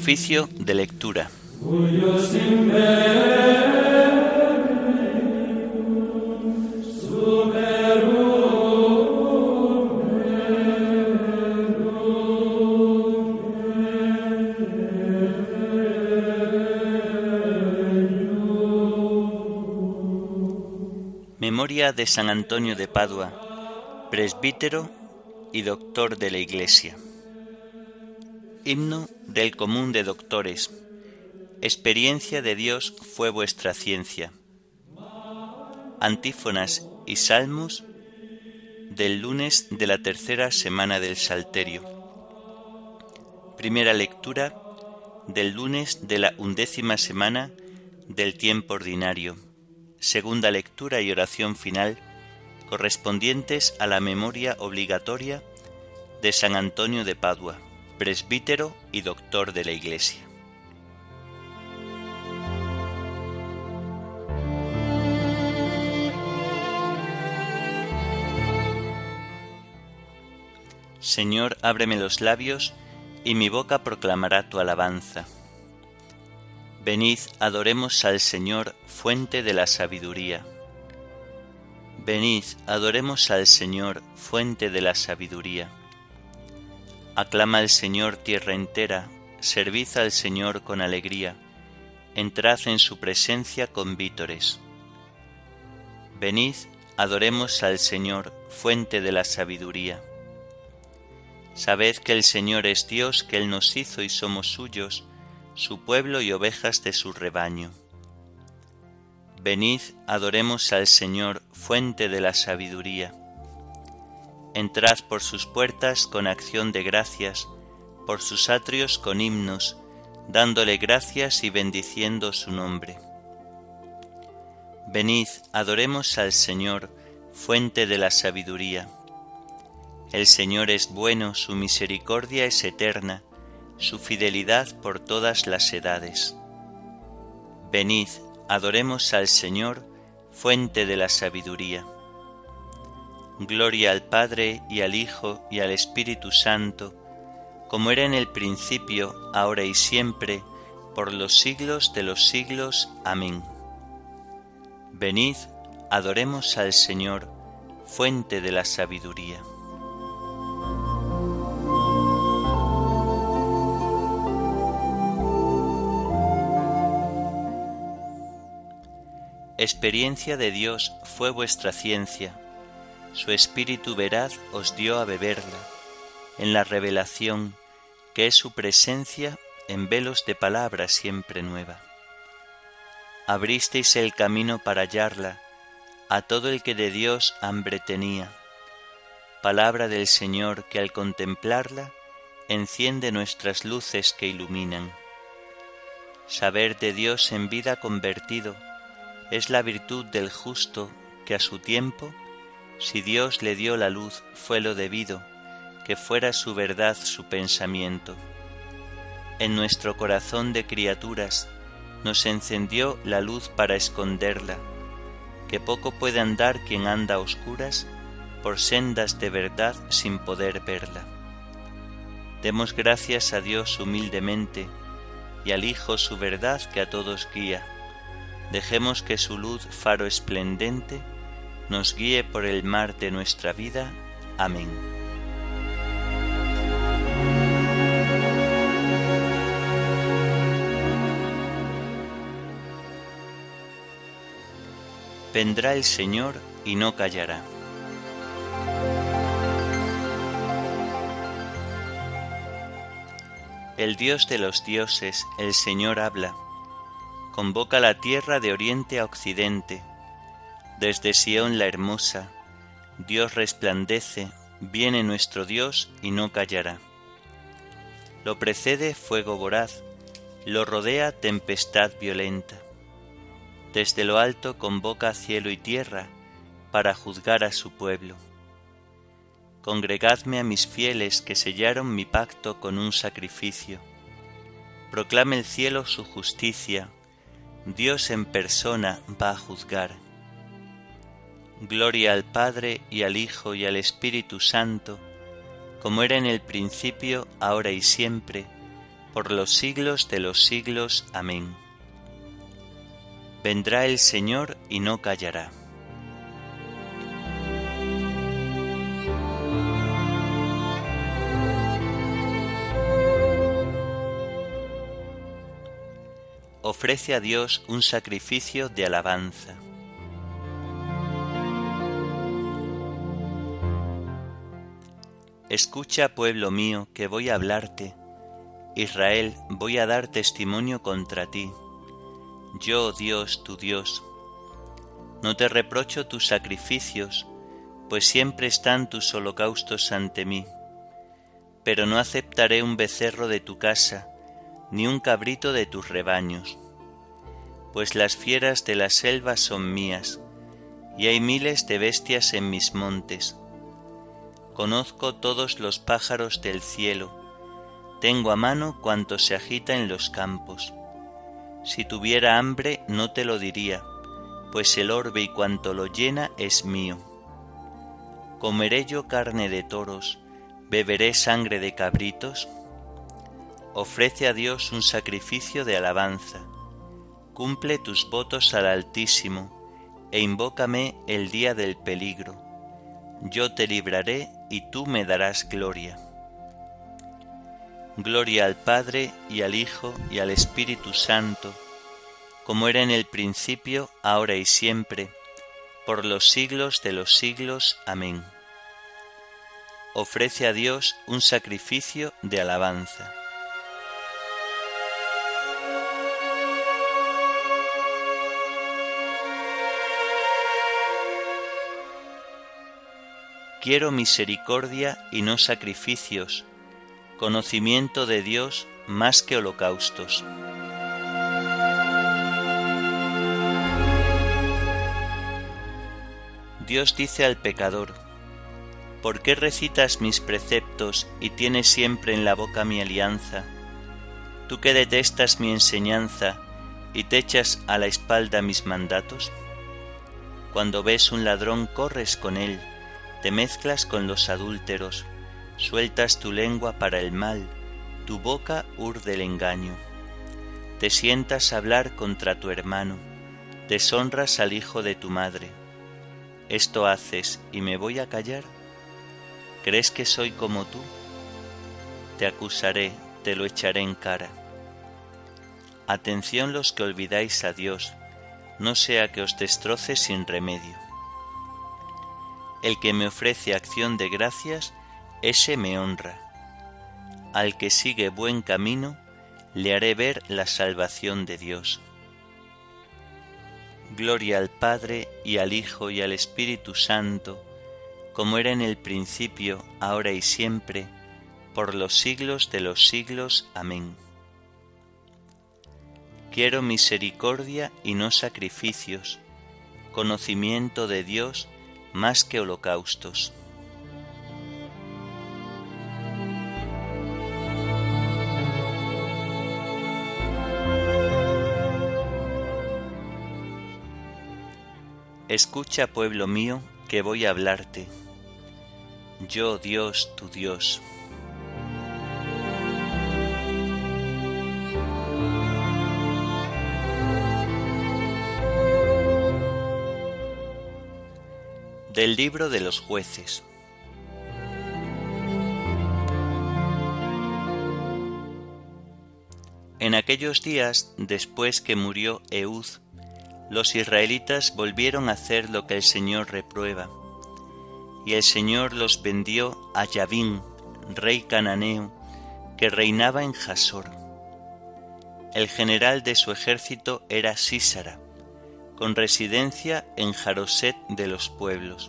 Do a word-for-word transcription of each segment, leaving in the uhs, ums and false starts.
Oficio de lectura. Memoria de San Antonio de Padua, presbítero y doctor de la Iglesia. Himno del común de doctores. Experiencia de Dios fue vuestra ciencia. Antífonas y salmos del lunes de la tercera semana del Salterio. Primera lectura del lunes de la undécima semana del tiempo ordinario. Segunda lectura y oración final correspondientes a la memoria obligatoria de San Antonio de Padua, presbítero y doctor de la Iglesia. Señor, ábreme los labios, y mi boca proclamará tu alabanza. Venid, adoremos al Señor, fuente de la sabiduría. Venid, adoremos al Señor, fuente de la sabiduría. Aclama al Señor tierra entera, servid al Señor con alegría, entrad en su presencia con vítores. Venid, adoremos al Señor, fuente de la sabiduría. Sabed que el Señor es Dios, que Él nos hizo y somos suyos, su pueblo y ovejas de su rebaño. Venid, adoremos al Señor, fuente de la sabiduría. Entrad por sus puertas con acción de gracias, por sus atrios con himnos, dándole gracias y bendiciendo su nombre. Venid, adoremos al Señor, fuente de la sabiduría. El Señor es bueno, su misericordia es eterna, su fidelidad por todas las edades. Venid, adoremos al Señor, fuente de la sabiduría. Gloria al Padre y al Hijo y al Espíritu Santo, como era en el principio, ahora y siempre, por los siglos de los siglos. Amén. Venid, adoremos al Señor, fuente de la sabiduría. Experiencia de Dios fue vuestra ciencia, su Espíritu veraz os dio a beberla, en la revelación, que es su presencia en velos de palabra siempre nueva. Abristeis el camino para hallarla a todo el que de Dios hambre tenía, palabra del Señor que al contemplarla enciende nuestras luces que iluminan. Saber de Dios en vida convertido es la virtud del justo que a su tiempo, si Dios le dio la luz, fue lo debido, que fuera su verdad su pensamiento. En nuestro corazón de criaturas nos encendió la luz para esconderla, que poco puede andar quien anda a oscuras por sendas de verdad sin poder verla. Demos gracias a Dios humildemente y al Hijo su verdad que a todos guía. Dejemos que su luz, faro esplendente, nos guíe por el mar de nuestra vida. Amén. Vendrá el Señor y no callará. El Dios de los dioses, el Señor habla. Convoca la tierra de oriente a occidente. Desde Sión la hermosa, Dios resplandece, viene nuestro Dios y no callará. Lo precede fuego voraz, lo rodea tempestad violenta. Desde lo alto convoca cielo y tierra para juzgar a su pueblo. Congregadme a mis fieles que sellaron mi pacto con un sacrificio. Proclame el cielo su justicia, Dios en persona va a juzgar. Gloria al Padre y al Hijo y al Espíritu Santo, como era en el principio, ahora y siempre, por los siglos de los siglos. Amén. Vendrá el Señor y no callará. Ofrece a Dios un sacrificio de alabanza. Escucha, pueblo mío, que voy a hablarte. Israel, voy a dar testimonio contra ti. Yo, Dios, tu Dios. No te reprocho tus sacrificios, pues siempre están tus holocaustos ante mí. Pero no aceptaré un becerro de tu casa, ni un cabrito de tus rebaños. Pues las fieras de la selva son mías, y hay miles de bestias en mis montes. Conozco todos los pájaros del cielo, tengo a mano cuanto se agita en los campos. Si tuviera hambre no te lo diría, pues el orbe y cuanto lo llena es mío. ¿Comeré yo carne de toros, beberé sangre de cabritos? Ofrece a Dios un sacrificio de alabanza. Cumple tus votos al Altísimo, e invócame el día del peligro. Yo te libraré y tú me darás gloria. Gloria al Padre, y al Hijo, y al Espíritu Santo, como era en el principio, ahora y siempre, por los siglos de los siglos. Amén. Ofrece a Dios un sacrificio de alabanza. Quiero misericordia y no sacrificios, conocimiento de Dios más que holocaustos. Dios dice al pecador: ¿por qué recitas mis preceptos y tienes siempre en la boca mi alianza? Tú que detestas mi enseñanza y te echas a la espalda mis mandatos. Cuando ves un ladrón corres con él, te mezclas con los adúlteros, sueltas tu lengua para el mal, tu boca urde el engaño. Te sientas a hablar contra tu hermano, deshonras al hijo de tu madre. ¿Esto haces y me voy a callar? ¿Crees que soy como tú? Te acusaré, te lo echaré en cara. Atención los que olvidáis a Dios, no sea que os destroce sin remedio. El que me ofrece acción de gracias, ese me honra. Al que sigue buen camino, le haré ver la salvación de Dios. Gloria al Padre, y al Hijo, y al Espíritu Santo, como era en el principio, ahora y siempre, por los siglos de los siglos. Amén. Quiero misericordia y no sacrificios, conocimiento de Dios más que holocaustos. Escucha, pueblo mío, que voy a hablarte. Yo, Dios, tu Dios. Del libro de los Jueces. En aquellos días, después que murió Ehud, los israelitas volvieron a hacer lo que el Señor reprueba, y el Señor los vendió a Yavín, rey cananeo, que reinaba en Jasor. El general de su ejército era Sísara, con residencia en Jaroset de los pueblos.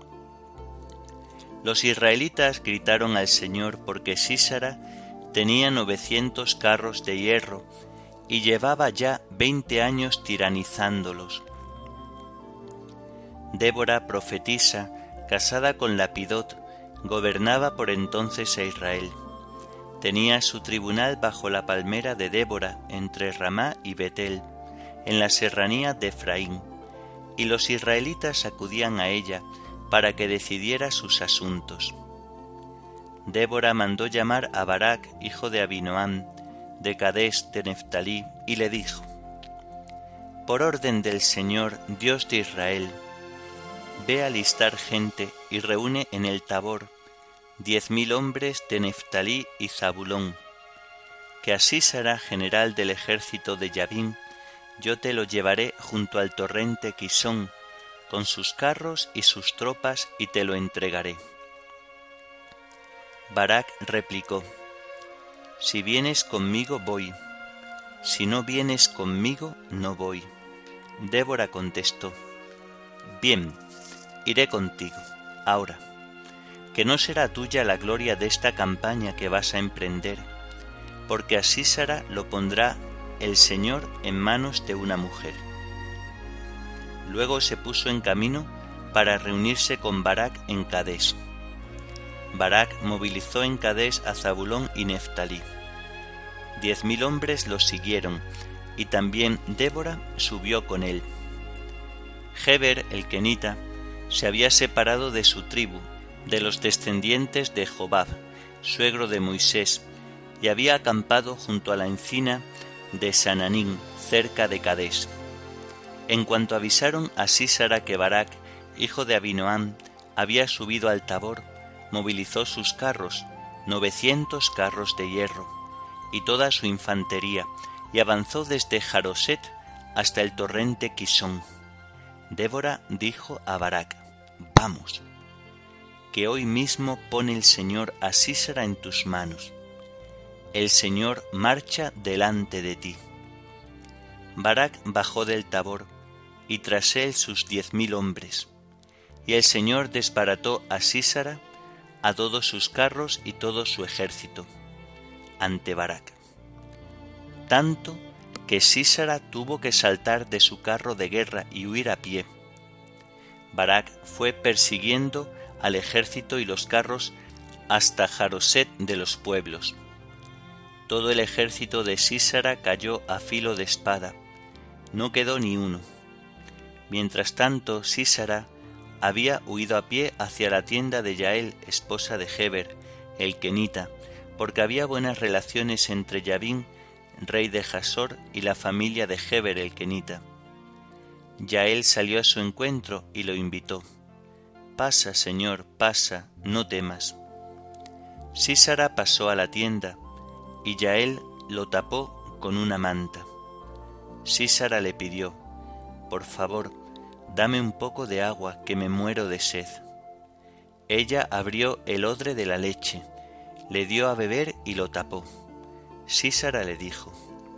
Los israelitas gritaron al Señor porque Sísara tenía novecientos carros de hierro y llevaba ya veinte años tiranizándolos. Débora, profetisa, casada con Lapidot, gobernaba por entonces a Israel. Tenía su tribunal bajo la palmera de Débora, entre Ramá y Betel, en la serranía de Efraín, y los israelitas acudían a ella para que decidiera sus asuntos. Débora mandó llamar a Barak, hijo de Abinoam, de Cadés de Neftalí, y le dijo: Por orden del Señor, Dios de Israel, ve a alistar gente y reúne en el Tabor diez mil hombres de Neftalí y Zabulón, que a Sísara, general del ejército de Yabín, yo te lo llevaré junto al torrente Quisón, con sus carros y sus tropas, y te lo entregaré. Barac replicó: Si vienes conmigo, voy; si no vienes conmigo, no voy. Débora contestó: Bien, iré contigo. Ahora, que no será tuya la gloria de esta campaña que vas a emprender, porque a Sísara lo pondrá el Señor en manos de una mujer. Luego se puso en camino para reunirse con Barac en Cadés. Barac movilizó en Cadés a Zabulón y Neftalí. Diez mil hombres los siguieron, y también Débora subió con él. Heber, el kenita, se había separado de su tribu, de los descendientes de Jobab, suegro de Moisés, y había acampado junto a la encina de Sananín, cerca de Cadés. En cuanto avisaron a Sísara que Barac, hijo de Abinoam, había subido al Tabor, movilizó sus carros, novecientos carros de hierro, y toda su infantería, y avanzó desde Jaroset hasta el torrente Quisón. Débora dijo a Barac: Vamos, que hoy mismo pone el Señor a Sísara en tus manos. El Señor marcha delante de ti. Barac bajó del Tabor, y tras él sus diez mil hombres, y el Señor desbarató a Sísara, a todos sus carros y todo su ejército, ante Barac, tanto que Sísara tuvo que saltar de su carro de guerra y huir a pie. Barac fue persiguiendo al ejército y los carros hasta Jaroset de los pueblos. Todo el ejército de Sísara cayó a filo de espada, no quedó ni uno. Mientras tanto, Sísara había huido a pie hacia la tienda de Yael, esposa de Heber, el kenita, porque había buenas relaciones entre Yabín, rey de Jasor, y la familia de Heber, el kenita. Yael salió a su encuentro y lo invitó: Pasa, señor, pasa, no temas. Sísara pasó a la tienda, y Yael lo tapó con una manta. Sísara le pidió: Por favor, dame un poco de agua, que me muero de sed. Ella abrió el odre de la leche, le dio a beber y lo tapó. Sísara le dijo: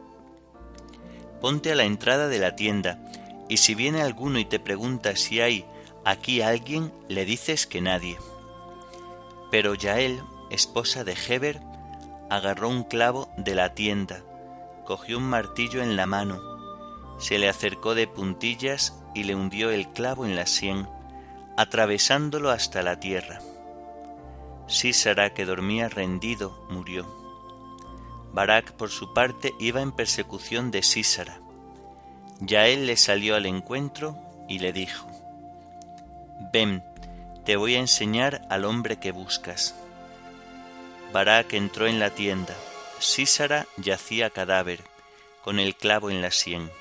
Ponte a la entrada de la tienda, y si viene alguno y te pregunta si hay aquí alguien, le dices que nadie. Pero Yael, esposa de Heber, agarró un clavo de la tienda, cogió un martillo en la mano, se le acercó de puntillas y le hundió el clavo en la sien, atravesándolo hasta la tierra. Sísara, que dormía rendido, murió. Barac, por su parte, iba en persecución de Sísara. Yael le salió al encuentro y le dijo: Ven, te voy a enseñar al hombre que buscas. Barac entró en la tienda. Sísara yacía cadáver, con el clavo en la sien.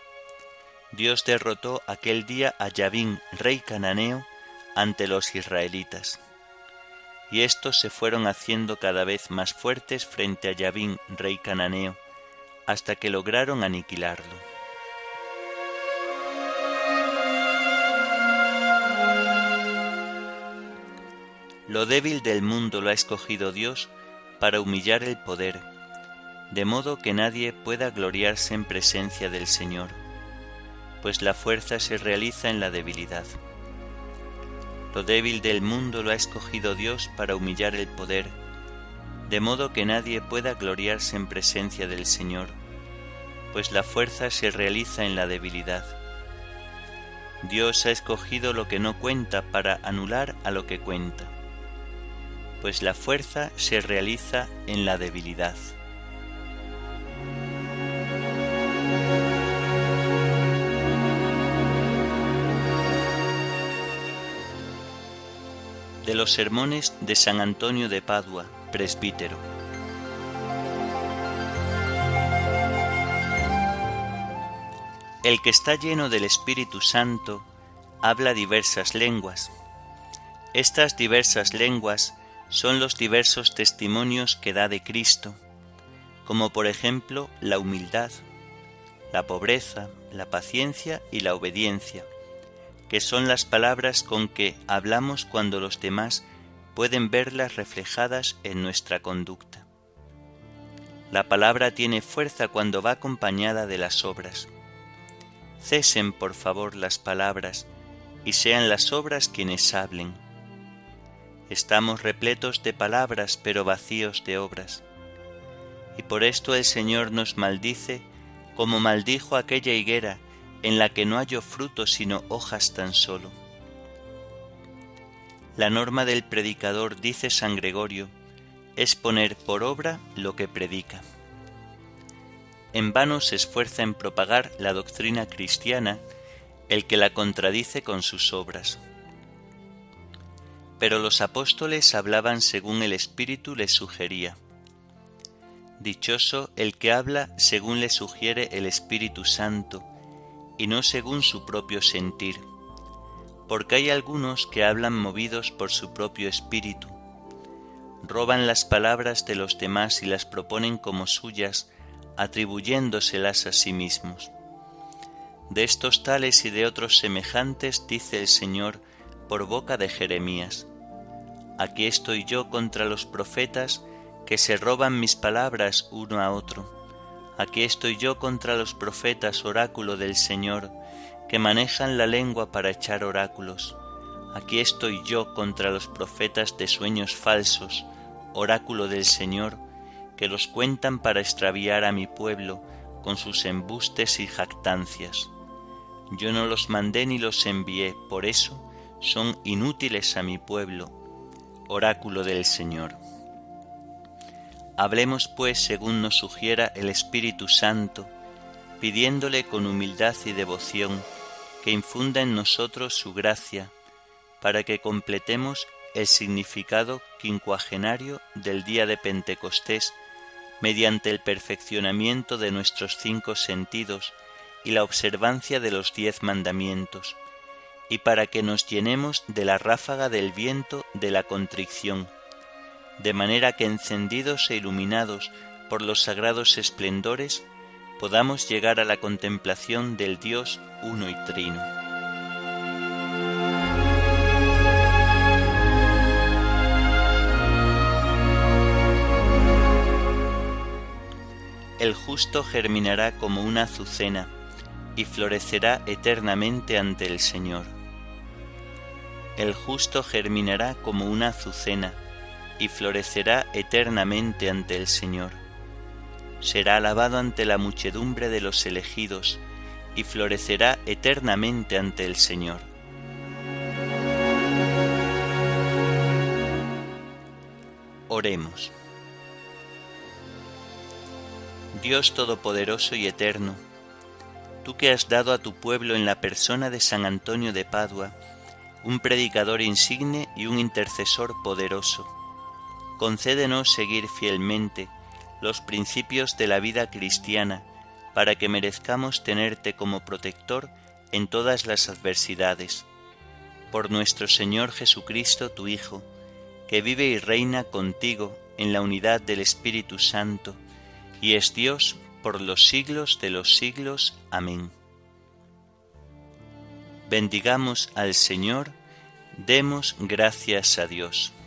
Dios derrotó aquel día a Yabín, rey cananeo, ante los israelitas. Y estos se fueron haciendo cada vez más fuertes frente a Yabín, rey cananeo, hasta que lograron aniquilarlo. Lo débil del mundo lo ha escogido Dios para humillar el poder, de modo que nadie pueda gloriarse en presencia del Señor, pues la fuerza se realiza en la debilidad. Lo débil del mundo lo ha escogido Dios para humillar el poder, de modo que nadie pueda gloriarse en presencia del Señor, pues la fuerza se realiza en la debilidad. Dios ha escogido lo que no cuenta para anular a lo que cuenta, pues la fuerza se realiza en la debilidad. De los sermones de San Antonio de Padua, presbítero. El que está lleno del Espíritu Santo habla diversas lenguas. Estas diversas lenguas son los diversos testimonios que da de Cristo, como por ejemplo la humildad, la pobreza, la paciencia y la obediencia, que son las palabras con que hablamos cuando los demás pueden verlas reflejadas en nuestra conducta. La palabra tiene fuerza cuando va acompañada de las obras. Cesen, por favor, las palabras, y sean las obras quienes hablen. Estamos repletos de palabras, pero vacíos de obras. Y por esto el Señor nos maldice, como maldijo aquella higuera, en la que no halló fruto sino hojas tan solo. La norma del predicador, dice San Gregorio, es poner por obra lo que predica. En vano se esfuerza en propagar la doctrina cristiana el que la contradice con sus obras. Pero los apóstoles hablaban según el Espíritu les sugería. Dichoso el que habla según le sugiere el Espíritu Santo, y no según su propio sentir, porque hay algunos que hablan movidos por su propio espíritu. Roban las palabras de los demás y las proponen como suyas, atribuyéndoselas a sí mismos. De estos tales y de otros semejantes dice el Señor por boca de Jeremías: Aquí estoy yo contra los profetas que se roban mis palabras uno a otro. Aquí estoy yo contra los profetas, oráculo del Señor, que manejan la lengua para echar oráculos. Aquí estoy yo contra los profetas de sueños falsos, oráculo del Señor, que los cuentan para extraviar a mi pueblo con sus embustes y jactancias. Yo no los mandé ni los envié, por eso son inútiles a mi pueblo, oráculo del Señor. Hablemos pues según nos sugiera el Espíritu Santo, pidiéndole con humildad y devoción que infunda en nosotros su gracia, para que completemos el significado quincuagenario del día de Pentecostés mediante el perfeccionamiento de nuestros cinco sentidos y la observancia de los diez mandamientos, y para que nos llenemos de la ráfaga del viento de la contrición, de manera que encendidos e iluminados por los sagrados esplendores, podamos llegar a la contemplación del Dios uno y trino. El justo germinará como una azucena y florecerá eternamente ante el Señor. El justo germinará como una azucena y florecerá eternamente ante el Señor. Será alabado ante la muchedumbre de los elegidos y florecerá eternamente ante el Señor. Oremos. Dios Todopoderoso y Eterno, tú que has dado a tu pueblo en la persona de San Antonio de Padua un predicador insigne y un intercesor poderoso, concédenos seguir fielmente los principios de la vida cristiana para que merezcamos tenerte como protector en todas las adversidades. Por nuestro Señor Jesucristo, tu Hijo, que vive y reina contigo en la unidad del Espíritu Santo, y es Dios por los siglos de los siglos. Amén. Bendigamos al Señor, demos gracias a Dios.